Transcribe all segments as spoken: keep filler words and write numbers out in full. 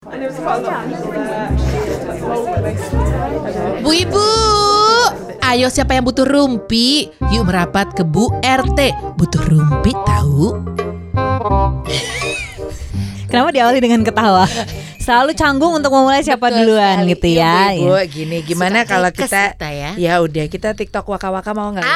Bu Ibu, ayo siapa yang butuh rumpi? Yuk merapat ke Bu R T. Butuh rumpi tahu? Kenapa diawali dengan ketawa? Selalu canggung untuk memulai siapa Betul duluan sekali. gitu ya. Ibu, ya. gini gimana Suka kalau kekes kita kita ya? ya udah kita TikTok waka-waka mau nggak?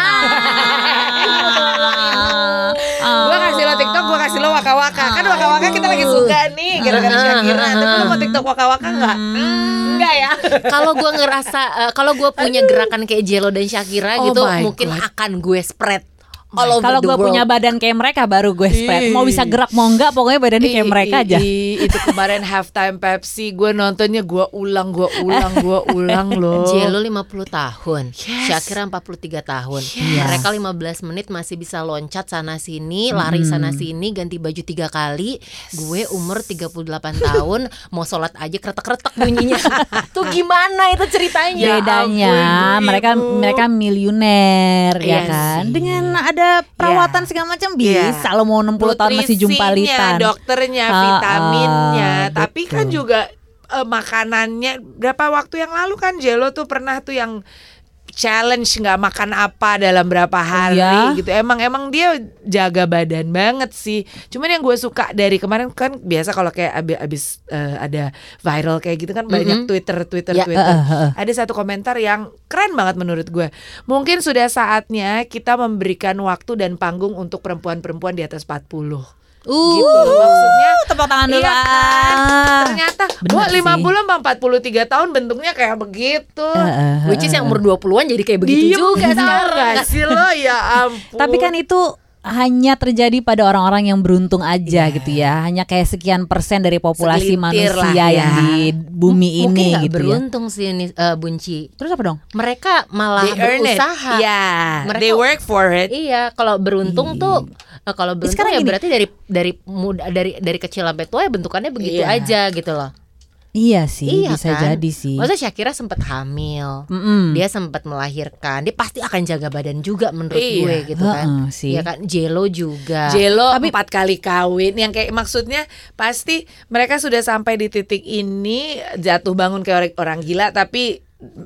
Gue kasih lo TikTok, gue kasih lo waka-waka. Kan waka-waka kita lagi suka nih gara-gara Shakira. Tapi lo mau TikTok waka-waka nggak? Enggak ya. Kalau gue ngerasa, uh, kalau gue punya gerakan kayak Jello dan Shakira Oh gitu, my mungkin God. akan gue spread all over Kalau the gue world. punya badan kayak mereka baru gue spread. Ih. Mau bisa gerak mau enggak, pokoknya badannya kayak Ih, mereka ih, aja. ih, itu kemarin halftime Pepsi gue nontonnya gue ulang, gue ulang, gue ulang loh. Jello lima puluh tahun, Yes. Shakira empat puluh tiga tahun. Yes. Mereka lima belas menit masih bisa loncat sana sini, lari sana sini, ganti baju tiga kali. Gue umur tiga puluh delapan tahun, mau sholat aja kretek-kretek bunyinya. Tuh gimana itu ceritanya? Bedanya ampun, Ibu, mereka Ibu. mereka miliuner ya Iya kan. sih. Dengan ada perawatan segala macam bisa lo mau enam puluh tahun masih jumpalitan. Nutrisinya, dokternya, Ah, vitaminnya. ah, Tapi kan betul. juga eh, makanannya. Berapa waktu yang lalu kan Jello tuh pernah tuh yang challenge nggak makan apa dalam berapa hari ya? gitu. Emang emang dia jaga badan banget sih. Cuman yang gue suka dari kemarin kan biasa kalau kayak abis, abis eh, ada viral kayak gitu kan banyak Twitter Twitter Ya, Twitter. uh, uh, uh. Ada satu komentar yang keren banget menurut gue. Mungkin sudah saatnya kita memberikan waktu dan panggung untuk perempuan-perempuan di atas empat puluh. Uh, Gitu maksudnya. Tepuk tangan dulu. Iya kan? Ternyata Bener wah sih. lima puluh sama empat puluh tiga tahun bentuknya kayak begitu. Uh, uh, which is yang umur dua puluhan jadi kayak begitu Diem juga tau sekarang. gak sih lo, ya ampun. Tapi kan itu hanya terjadi pada orang-orang yang beruntung aja gitu ya. Hanya kayak sekian persen dari populasi Segelintir manusia lah ya. yang di bumi Mungkin ini nggak gitu ya. beruntung sih ini uh, Bunci. Terus apa dong? Mereka malah they earn it. berusaha. Yeah, Mereka- they work for it. Iya, kalau beruntung tuh eh, kalau beruntung sekarang ya gini. berarti dari dari muda dari dari kecil sampai tua ya bentukannya begitu Iya. aja gitu loh. Iya sih, Iya bisa kan? jadi sih. Maksudnya Shakira sempat hamil. Mm-mm. Dia sempat melahirkan. Dia pasti akan jaga badan juga menurut Iya. gue gitu kan. Heeh, sih. Iya kan? Jello juga. Jello Tapi- empat kali kawin. Yang kayak maksudnya pasti mereka sudah sampai di titik ini jatuh bangun kayak orang, orang gila. Tapi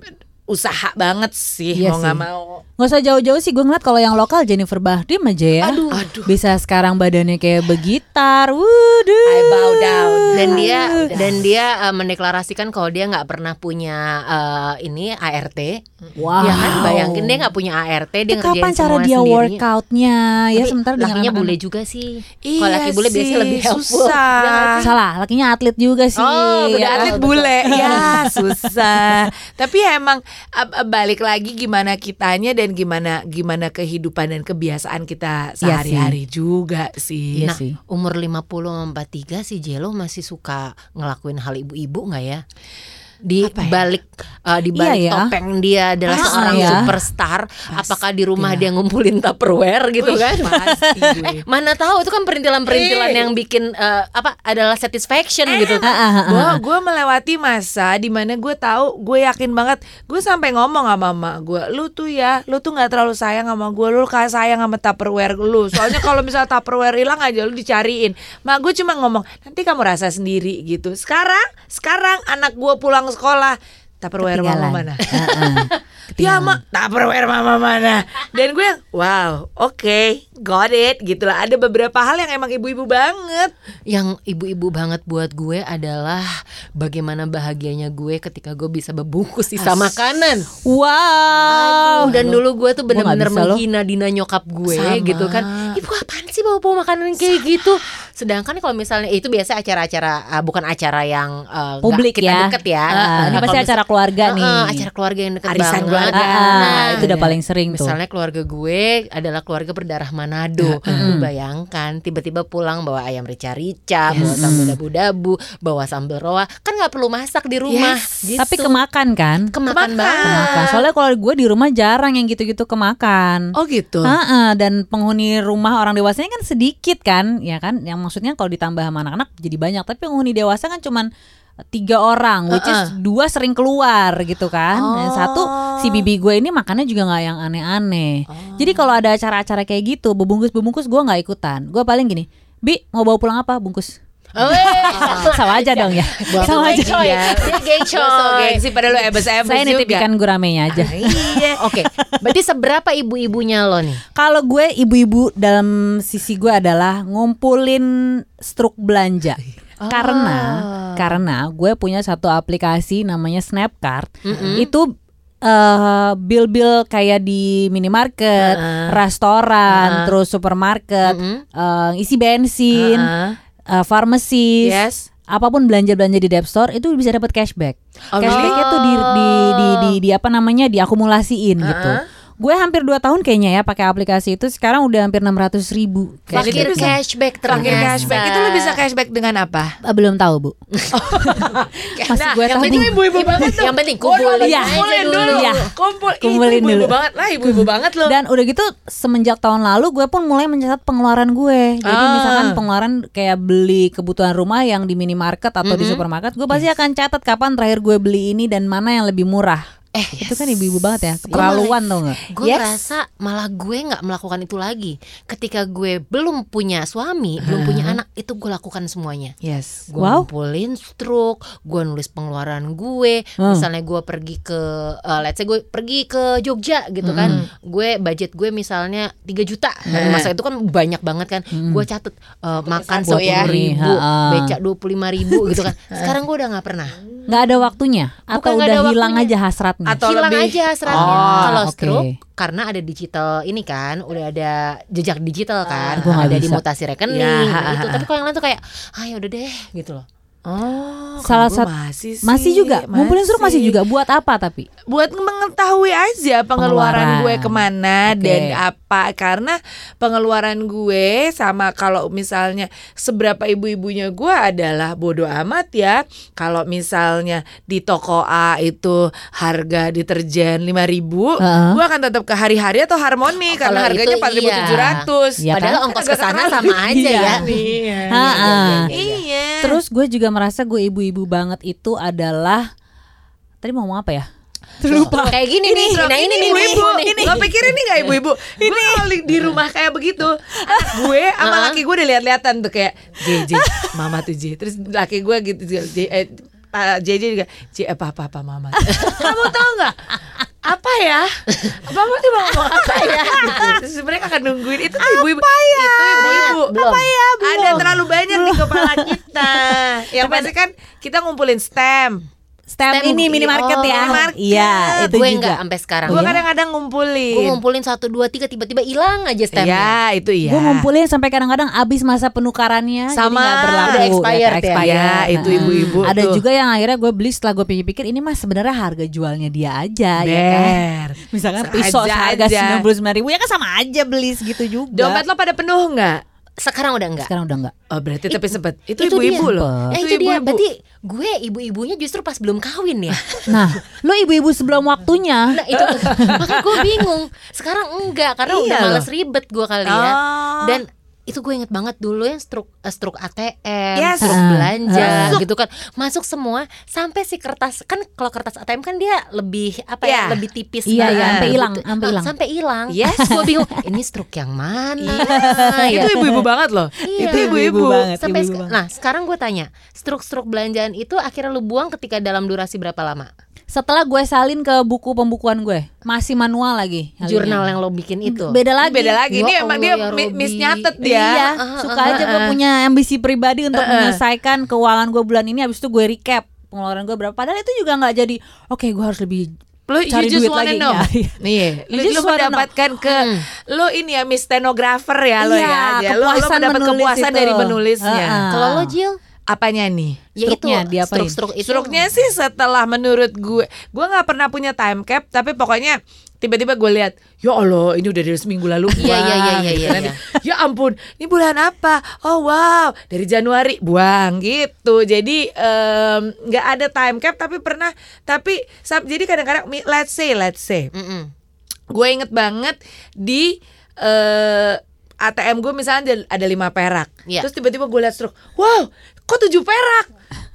usaha banget sih, Iya mau sih. nggak mau. Nggak usah jauh-jauh sih, gue ngeliat kalau yang lokal Jennifer Bahdim aja ya. Aduh. Aduh. Bisa sekarang badannya kayak begitar. Wuduh. I bow down. Dan dia dan dia uh, mendeklarasikan kalau dia nggak pernah punya uh, ini A R T. Wow. Ya kan, bayangin dia nggak punya A R T, dia Itu ngerjain kapan cara semua dia sendiri. workoutnya ya, Tapi sementara dengan lakinya anak-anak. bule juga sih. Iya Kalau laki bule biasanya sih, lebih helpful. susah. Ya nggak sih? Salah, lakinya atlet juga sih. Oh, Udah Ya, atlet betul. bule ya susah. Tapi ya emang ab- ab- balik lagi gimana kitanya dan gimana gimana kehidupan dan kebiasaan kita sehari-hari juga sih. Iya Nah, sih. umur lima puluh sama empat puluh tiga si Jello masih suka ngelakuin hal ibu-ibu nggak ya? Di Apa ya? balik uh, di balik Iya ya. topeng dia adalah Ah, seorang ya. superstar. Apakah di rumah Pasti. dia ngumpulin Tupperware gitu Wih, kan? pasti gue. Eh, mana tahu itu kan perintilan-perintilan Eh. yang bikin uh, apa adalah satisfaction gitu. Ah, ah, ah, ah. Gue gue melewati masa di mana gue tahu, gue yakin banget, gue sampai ngomong sama mama gue, lu tuh ya, lu tuh nggak terlalu sayang sama gue, lu kayak sayang sama Tupperware lu. Soalnya kalau misalnya Tupperware hilang aja lu dicariin. Mak gue cuma ngomong, nanti kamu rasa sendiri gitu. Sekarang, sekarang anak gue pulang sekolah, Tupperware mama Ketinggalan. mana? Heeh. Ya mak, Tupperware mama mana? Dan gue yang, wow, oke, got it, gitulah. Ada beberapa hal yang emang ibu-ibu banget. Yang ibu-ibu banget buat gue adalah bagaimana bahagianya gue ketika gue bisa membungkus sisa makanan. Wow. Dan dulu gue tuh Gua nggak bener-bener bisa loh. menghina Dina nyokap gue Sama. gitu kan. Ibu apaan sih bawa-bawa makanan kayak gitu. Sedangkan kalau misalnya itu biasa acara-acara uh, bukan acara yang uh, nggak Publik kita ya. deket ya. Ah, Nah, ini kalau pasti misal- acara keluarga Uh, nih. uh, acara keluarga yang deket Arisan banget. keluarga. Ah, Nah, itu udah paling sering tuh. misalnya keluarga gue adalah keluarga berdarah Manado. Lu bayangkan tiba-tiba pulang bawa ayam rica-rica, bawa sambal dabu-dabu, bawa sambal roa. Kan nggak perlu masak di rumah. Yes. Gitu. Tapi kemakan kan? kemakan Kemakan. banget. Kemakan. Soalnya kalau gue di rumah jarang yang gitu-gitu kemakan. Oh gitu. Heeh, dan penghuni rumah orang dewasanya kan sedikit kan, ya kan? Yang maksudnya kalau ditambah sama anak-anak jadi banyak. Tapi penghuni dewasa kan cuman tiga orang, which is dua sering keluar gitu kan. Dan satu si bibi gue ini makannya juga nggak yang aneh-aneh. Jadi kalau ada acara-acara kayak gitu, bebungkus-bebungkus gue nggak ikutan. Gue paling gini, Bi mau bawa pulang apa bungkus? Oh, Sama aja dong ya. Sama aja. coy. Iya. Dia gay Lo so coy. gengsi padahal lo ebes-ebes Saya nitip juga. ikan guramenya aja. Iya. Oke, berarti seberapa ibu-ibunya lo nih? Kalau gue ibu-ibu dalam sisi gue adalah ngumpulin struk belanja. Karena karena gue punya satu aplikasi namanya Snapcard. Itu eh, bil-bil kayak di minimarket, restoran, terus supermarket, eh, isi bensin, eh, farmasi, Yes. apapun belanja-belanja di Dep Store itu bisa dapat cashback. Oh, Cashbacknya tuh di, di, di, di, di apa namanya diakumulasiin gitu. Gue hampir dua tahun kayaknya ya pakai aplikasi itu, sekarang udah hampir enam ratus ribu. Terakhir bisa- cashback Terakhir ternyata. cashback itu lo bisa cashback dengan apa? Ah, belum tahu bu. Masih Nah, gue yang tahu. penting ibu-ibu banget tuh. Yang penting kumpulin Iya. aja Kumpulin dulu. dulu. Iya. Kumpul. Kumpulin Itu ibu-ibu dulu. banget lah, ibu-ibu banget lo. Dan udah gitu semenjak tahun lalu gue pun mulai mencatat pengeluaran gue. Jadi Ah. misalkan pengeluaran kayak beli kebutuhan rumah yang di minimarket atau di supermarket, gue pasti akan catat kapan terakhir gue beli ini dan mana yang lebih murah. Eh, Itu kan ibu-ibu banget ya, keterlaluan tau gak? Gue Yes. merasa malah gue nggak melakukan itu lagi. Ketika gue belum punya suami, belum punya anak, itu gue lakukan semuanya. Yes. Gue Wow. ngumpulin struk, gue nulis pengeluaran gue. Hmm. Misalnya gue pergi ke, uh, let's say gue pergi ke Jogja gitu kan, gue budget gue misalnya tiga juta. Dan masa itu kan banyak banget kan. Gue catet uh, makan satu ya. sepuluh ribu, Heeh. becak dua puluh lima ribu gitu kan. Sekarang gue udah nggak pernah. Nggak ada waktunya atau Bukan nggak udah ada hilang waktunya. aja hasratnya? Atau Hilang lebih- aja hasratnya. Oh, Kalau oke. stroke karena ada digital ini kan, udah ada jejak digital kan, Gua nggak ada bisa. di mutasi rekening Ya, gitu. Tapi kalau yang lain tuh kayak, ah ya udah deh gitu loh. Oh, Salah kalau satu gua masih sih, masih juga ngumpulin struk masih juga buat apa tapi? buat mengetahui aja pengeluaran Pengeluaran. gue kemana Oke. dan apa, karena pengeluaran gue sama kalau misalnya seberapa ibu-ibunya gue adalah bodo amat ya. Kalau misalnya di toko A itu harga deterjen lima ribu, Heeh. gue akan tetap ke Hari-Hari atau Harmoni karena kalau harganya itu empat ribu tujuh ratus. iya. Ya Padahal kan? ongkos ke sana sama aja Iya. ya. Iya. Ha-ha. Iya. Terus gue juga merasa gue ibu-ibu banget itu adalah, tadi mau ngomong apa ya? Lupa. Kayak gini nih. Bro, Nah ini nih ibu-ibu. nih. Lo pikir ini gak ibu-ibu? Ini kalau li- di rumah kayak begitu, anak gue sama laki gue udah lihat-lihatan tuh kayak J J, mama tuh J. Terus laki gue gitu J, eh, Pak J J juga J apa apa apa mama. Kamu tahu nggak? Apa ya? Mama tuh mau ngomong apa ya? Gitu. Terus mereka akan nungguin itu tuh ibu-ibu. Itu ibu-ibu. Belum. Apa ya? Ada terlalu banyak di kepala kita. Yang pasti kan kita ngumpulin stamp. Stamp, Stamp ini di- minimarket oh, ya. minimarket. Iya, itu Gue juga. enggak sampai sekarang. Gue Gue kadang-kadang ngumpulin. ngumpulin satu dua tiga tiba-tiba hilang aja stempnya. Ya itu iya. Gue ngumpulin sampai kadang-kadang habis masa penukarannya, Sama. jadi nggak berlaku, Udah expired udah ya? Ya, itu Nah, ibu-ibu ada tuh. juga yang akhirnya gue beli setelah gue pikir-pikir ini mah sebenarnya harga jualnya dia aja, ya kan? Ber. Misalkan Sengaja pisau seharga aja. sembilan puluh sembilan ribu ya kan sama aja beli segitu juga. Dompet lo pada penuh nggak? Sekarang udah enggak. Sekarang udah enggak. Oh berarti tapi sempet. Itu Itu ibu-ibu dia. loh. Eh, itu dia. Berarti gue ibu-ibunya justru pas belum kawin ya. Nah, lo ibu-ibu sebelum waktunya. Nah itu makanya gue bingung. Sekarang enggak karena Iya udah loh. males ribet gue kali ya. Oh. Dan itu gue inget banget dulu yang struk eh, struk A T M, Yes. struk Ah. belanja Masuk. gitu kan. Masuk semua sampai si kertas kan kalau kertas A T M kan dia lebih apa Ya. ya, lebih tipis Iya, banget iya, sampai gitu. hilang, sampai Ah, hilang. sampai hilang. Yes. Gue bingung ini struk yang mana. Itu ya. ibu-ibu banget loh. Iya. Itu ibu-ibu. banget. Sampai ibu-ibu sek- banget. nah sekarang gue tanya struk-struk belanjaan itu akhirnya lu buang ketika dalam durasi berapa lama? Setelah gue salin ke buku pembukuan gue, masih manual lagi. halunya. Jurnal yang lo bikin itu. Beda lagi. Beda lagi. Ini Ya emang Allah, dia ya mi- Robby. miss nyatet dia. Iya, Ah, suka ah, aja ah, gue ah. punya ambisi pribadi untuk Ah, ah. menyelesaikan keuangan gue bulan ini. Habis itu gue recap pengeluaran gue berapa. Padahal itu juga nggak jadi. Oke, gue harus lebih Lo cari you just duit wanna lagi. know. Nggak, iya. Iya, lu, You just lu wanna know. mendapatkan ke lo ini ya Miss Stenografer ya lo Iya, ya. Ya, Lo, lo kepuasan mendapat menulis kepuasan itu. dari menulisnya. Ah, ah. Kalau lo Jill? Apanya nih? Ya itu Struknya diapain? struk-struk itu. Struknya sih setelah menurut gue, gue nggak pernah punya time cap, tapi pokoknya tiba-tiba gue lihat, ya Allah ini udah dari seminggu lalu. Iya, iya, iya, buang, iya, gitu iya, kan. iya. Ya ampun, ini bulan apa? Oh wow, dari Januari buang gitu. Jadi em, nggak ada time cap, tapi pernah, tapi sab- jadi kadang-kadang, mi- let's say, let's say, Mm-mm. gue inget banget di eh, A T M gue misalnya ada, ada lima perak, Iya. terus tiba-tiba gue lihat struk, wow, kok tujuh perak?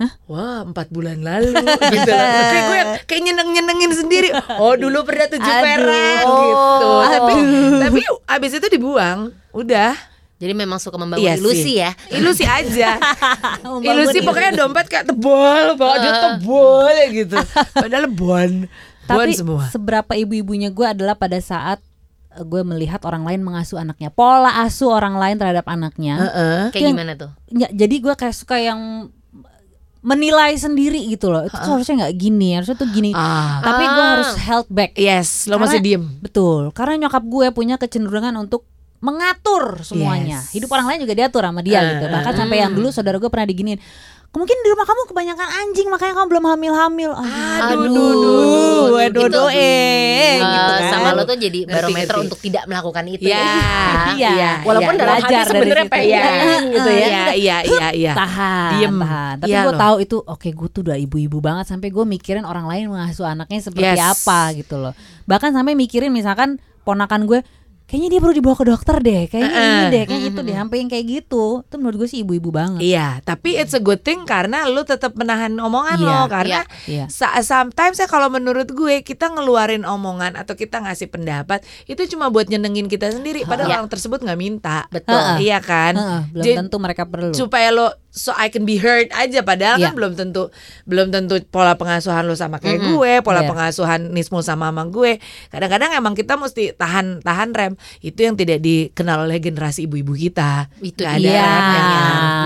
Wah, empat bulan lalu, gitu. Kayak gue yang- kayak nyeneng-nyenengin sendiri. Oh, dulu pernah tujuh Aduh. perak, Oh, gitu. Tapi, aduh. tapi abis itu dibuang, udah. Jadi memang suka membangun Iya ilusi sih. ya. Ilusi aja. Membangun Ilusi pokoknya dompet kayak tebal, bawa dia tebal gitu. Padahal bon, bon Tapi semua. seberapa ibu-ibunya gue adalah pada saat eh, gue melihat orang lain mengasuh anaknya, pola asuh orang lain terhadap anaknya. Heeh. Kayak Yang- gimana tuh? Ya, jadi gue kayak suka yang menilai sendiri gitu loh. Itu tuh harusnya nggak gini, harusnya tuh gini. Ah. Tapi gue Ah. harus held back. Yes, lo Karena- masih diem. Betul, karena nyokap gue punya kecenderungan untuk mengatur semuanya. Yes. Hidup orang lain juga diatur sama dia Uh, gitu. Bahkan sampai yang dulu saudara gue pernah diginiin. Mungkin di rumah kamu kebanyakan anjing makanya kamu belum hamil-hamil. Aduh, Aduh, duh, aduh, itu, aduh, eh, Eh, gitu kan. sama lo tuh jadi Ngerti, barometer ngerti. untuk tidak melakukan itu. Ya, Iya, iya, Walaupun iya. dalam hati Belajar dari sebenarnya situ. pengen Iya, gitu ya. Iya, iya, iya, iya. Tahan, Diem. tahan. Tapi Iya gue loh. tahu itu, oke gue tuh udah ibu-ibu banget sampai gue mikirin orang lain mengasuh anaknya seperti Yes. apa gitu loh. Bahkan sampai mikirin misalkan ponakan gue, kayaknya dia perlu dibawa ke dokter deh, kayaknya ini Uh-uh. deh, kayak itu deh, sampai yang kayak gitu. Itu menurut gue sih ibu-ibu banget. Iya, tapi it's a good thing karena lu tetap menahan omongan Iya, lo karena iya. sa- sometimes ya kalau menurut gue kita ngeluarin omongan atau kita ngasih pendapat itu cuma buat nyenengin kita sendiri padahal Iya. orang tersebut nggak minta. Betul. Uh-uh. Iya kan? Heeh, belum Jadi, tentu mereka perlu. supaya lo so I can be heard aja padahal Iya. kan belum tentu belum tentu pola pengasuhan lo sama kayak gue, pola Iya. pengasuhan Nismo sama mama gue. Kadang-kadang emang kita mesti tahan tahan rem. Itu yang tidak dikenal oleh generasi ibu-ibu kita. Itu Nggak ada dia. Iya, remnya.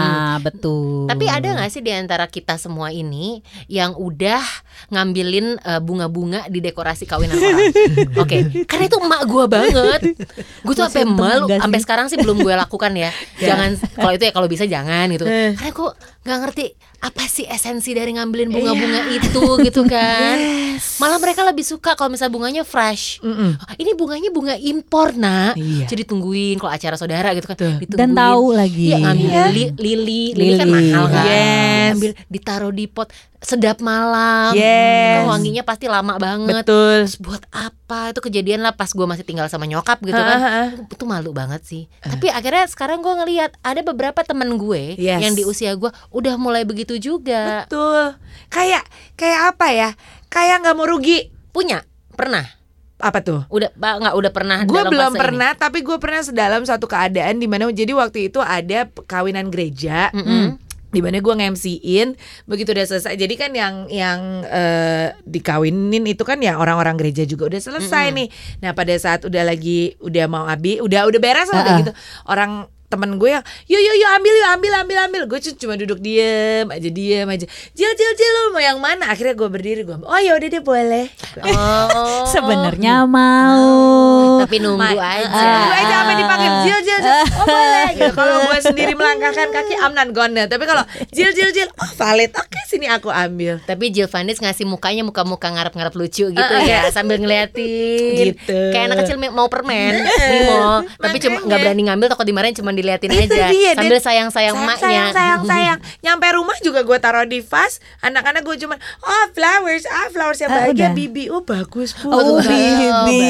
betul. Tapi ada gak sih di antara kita semua ini yang udah ngambilin eh, bunga-bunga di dekorasi kawinan orang? Oke, karena itu emak gue banget. Gue tuh Masih sampai untung malu, enggak sih? sampai sekarang sih belum gue lakukan ya. Jangan kalau itu ya kalau bisa jangan gitu. Eh. Karena gue nggak ngerti apa sih esensi dari ngambilin bunga-bunga itu gitu kan. Malah mereka lebih suka kalau misalnya bunganya fresh. Mm-mm. Ini bunganya bunga impor nak. Iya. Jadi tungguin kalau acara saudara gitu kan. Tuh. Ditungguin. Dan tahu lagi. Iya, ngambil Iya. lili, lili, lili kan Lili. mahal kan. Yes. Ambil ditaruh di pot sedap malam. Yes. Kan wanginya pasti lama banget. Betul. Terus buat apa? Itu kejadian lah pas gue masih tinggal sama nyokap gitu Ah, kan. ah, ah. Itu malu banget sih. Tapi akhirnya sekarang gue ngelihat ada beberapa temen gue Yes. yang di usia gue udah mulai begitu juga. Betul. Kayak kayak apa ya? Kayak nggak mau rugi. Punya? Pernah? Apa tuh? Udah ba- nggak udah pernah? Gue dalam belum fase ini? pernah, tapi gue pernah sedalam satu keadaan di mana jadi waktu itu ada kawinan gereja. Mm-mm. Di mana gue nge-M C-in begitu udah selesai. Jadi kan yang yang eh, dikawinin itu kan ya orang-orang gereja juga udah selesai nih. Nah, pada saat udah lagi udah mau habis, udah udah beres lah udah Uh-uh. gitu. Orang temen gue yang yuk yuk yuk ambil yuk ambil ambil ambil gue cuma duduk diem aja diem aja Jil Jil Jil lu mau yang mana, akhirnya gue berdiri gue oh ya udah deh boleh. Oh. Sebenarnya mau. Tapi nunggu Ma- aja. Nunggu aja sampai dipanggil Jil Jil Jil. Oh boleh gitu. Kalau gue sendiri melangkahkan kaki I'm not gonna. Tapi kalau Jil Jil Jil oh valid. Oke sini aku ambil. Tapi Jill Vanis ngasih mukanya muka-muka ngarep-ngarep lucu gitu Uh, ya, sambil ngeliatin Gitu. kayak anak kecil mau permen di mall, tapi cuma Makanya. nggak berani ngambil, takut dimarahin, cuma diliatin Itu aja dia, sambil dan- sayang-sayang sayang, emaknya. sayang sayang sayang. Nyampe rumah juga gue taruh di vas. Anak-anak gue cuma oh flowers ah flowers yang Ah, bahagia udah. bibi oh bagus bu. Oh, Bibi.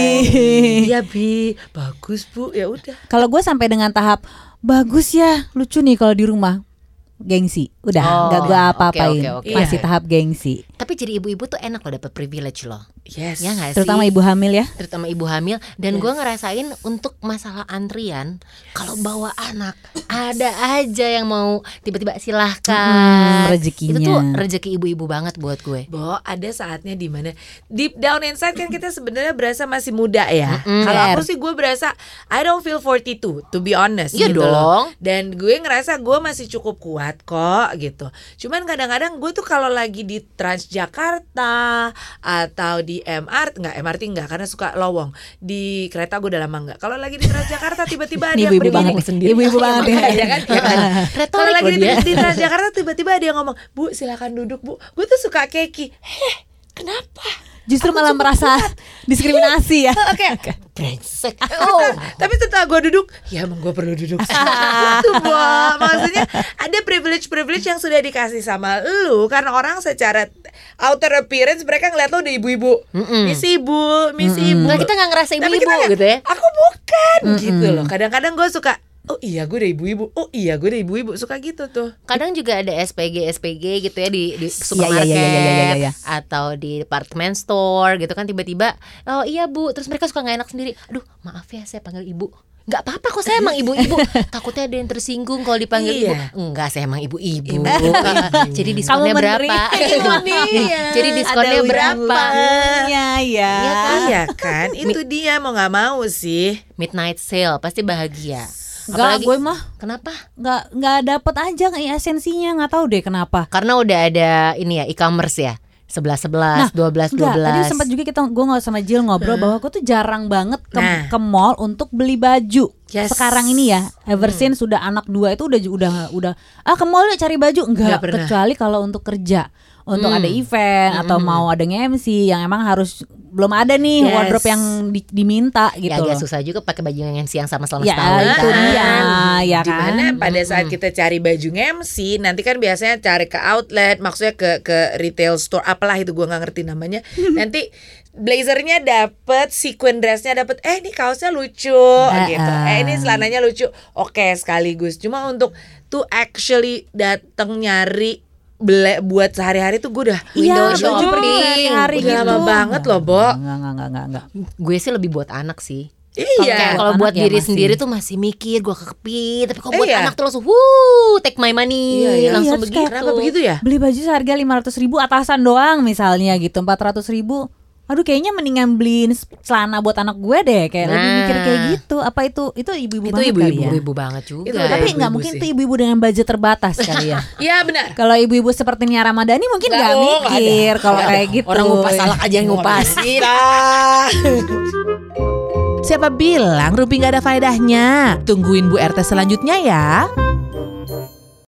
Iya bi bagus bu ya udah. Kalau gue sampai dengan tahap bagus ya, lucu nih kalau di rumah. Gengsi, udah Oh, nggak gue apa-apain, oke, oke, oke. masih Iya. tahap gengsi. Tapi jadi ibu-ibu tuh enak loh, dapet privilege loh. Yes. Ya nggak sih? Terutama ibu hamil ya. Terutama ibu hamil. Dan gue ngerasain untuk masalah antrian, kalau bawa anak ada aja yang mau tiba-tiba silahkan. Mm, rezekinya. Itu tuh rezeki ibu-ibu banget buat gue. Bo, ada saatnya di mana deep down inside kan kita sebenarnya berasa masih muda ya. Mm-mm. Kalau aku Bener. sih gue berasa I don't feel forty-two to be honest. Iya gitu dong. loh. Dan gue ngerasa gue masih cukup kuat kok gitu. Cuman kadang-kadang gue tuh kalau lagi di Transjakarta atau di M R T, nggak M R T nggak karena suka lowong. Di kereta gue udah lama nggak. Kalau lagi di Transjakarta tiba-tiba ada Ini yang ibu-ibu berdiri. banget nih. Ibu-ibu banget nih. Ya kan? Ya kan? Retorik Kalau lagi loh di, dia. di Transjakarta tiba-tiba ada yang ngomong, "Bu, silakan duduk, Bu." Gue tuh suka keki. Heh, kenapa? Justru Aku malah cukup merasa kuat. diskriminasi ya. Oke. Brengsek. Oh, tapi setelah gue duduk, ya emang gue perlu duduk. Gitu, Bo. Maksudnya ada privilege-privilege yang sudah dikasih sama lu karena orang secara outer appearance mereka ngeliat lo udah ibu-ibu. Mm-mm. Misi ibu, misi ibu. Nggak, kita nggak ngerasa Tapi ibu-ibu kita nggak, gitu ya. Aku bukan gitu loh. Kadang-kadang gue suka oh iya gue udah ibu-ibu. Oh iya gue udah ibu-ibu. Suka gitu tuh. Kadang juga ada S P G S P G gitu ya di, di Iya, supermarket iya, iya, iya, iya, iya. atau di department store gitu kan, tiba-tiba oh iya bu, terus mereka suka nggak enak sendiri. Aduh maaf ya saya panggil ibu. Gak apa-apa kok, saya emang ibu-ibu. Takutnya ada yang tersinggung kalau dipanggil Iya. ibu. Enggak, saya emang ibu-ibu. Ibu-ibu. Jadi diskonnya Kamu menteri. berapa? Iya. Jadi diskonnya Ada berapa? ujung-ujungnya, ya. Iya kan? Iya kan, itu dia mau nggak mau sih. Midnight sale pasti bahagia. Enggak, gue mah Kenapa? nggak nggak dapet aja kayak esensinya, nggak tahu deh kenapa. Karena udah ada ini ya, e-commerce ya. sebelas sebelas, dua belas dua Enggak, tadi belas. sempat juga kita gue nggak sama Jill ngobrol bahwa gue tuh jarang banget ke, Nah. ke mall untuk beli baju. Yes. Sekarang ini ya, ever since sudah anak dua itu udah udah udah ah ke mall yuk cari baju, enggak, Nggak pernah. kecuali kalau untuk kerja. Untuk Hmm. ada event atau mau ada nge-M C yang emang harus belum ada nih Yes. wardrobe yang di- diminta gitu Ya agak loh. susah juga pakai baju yang siang sama selama Ya setahun itu kan. dia, ya kan. Dimana pada saat kita cari baju M C, nanti kan biasanya cari ke outlet, maksudnya ke ke retail store apalah itu gua nggak ngerti namanya. Nanti blazernya dapet, sequin dressnya dapet, eh ini kaosnya lucu Uh-uh. gitu, eh ini celananya lucu, oke sekaligus. Cuma untuk tuh actually datang nyari beli buat sehari-hari tuh gue udah Window Iya, baju shopping. pergi sehari-hari Udah gitu. lama banget loh, Bo. Enggak, enggak, enggak, enggak, enggak. Gue sih lebih buat anak sih. Iya. Kayak kalau Buat buat anak ya diri masih. sendiri tuh masih mikir gue kekepit, tapi kalau buat Iya. anak tuh langsung wuh, take my money, Iya, iya. langsung Iya, terus begitu. kayak, Kenapa begitu ya? Beli baju seharga lima ratus ribu atasan doang misalnya gitu, empat ratus ribu. Aduh kayaknya mendingan beliin celana buat anak gue deh. Kayak lebih Nah. mikir kayak gitu. Apa itu itu ibu-ibu Itu banget ibu-ibu kali ya? ibu banget juga. Itu Tapi ibu-ibu nggak mungkin sih. tuh ibu-ibu dengan budget terbatas kali ya. Iya benar. Kalau ibu-ibu seperti Nia Ramadhani mungkin Nggak, nggak oh, nggak mikir ada. kalau Nggak kayak ada. gitu. Orang ngupas salak aja yang ngupasin. Siapa bilang Ruby gak ada faedahnya? Tungguin Bu R T selanjutnya ya.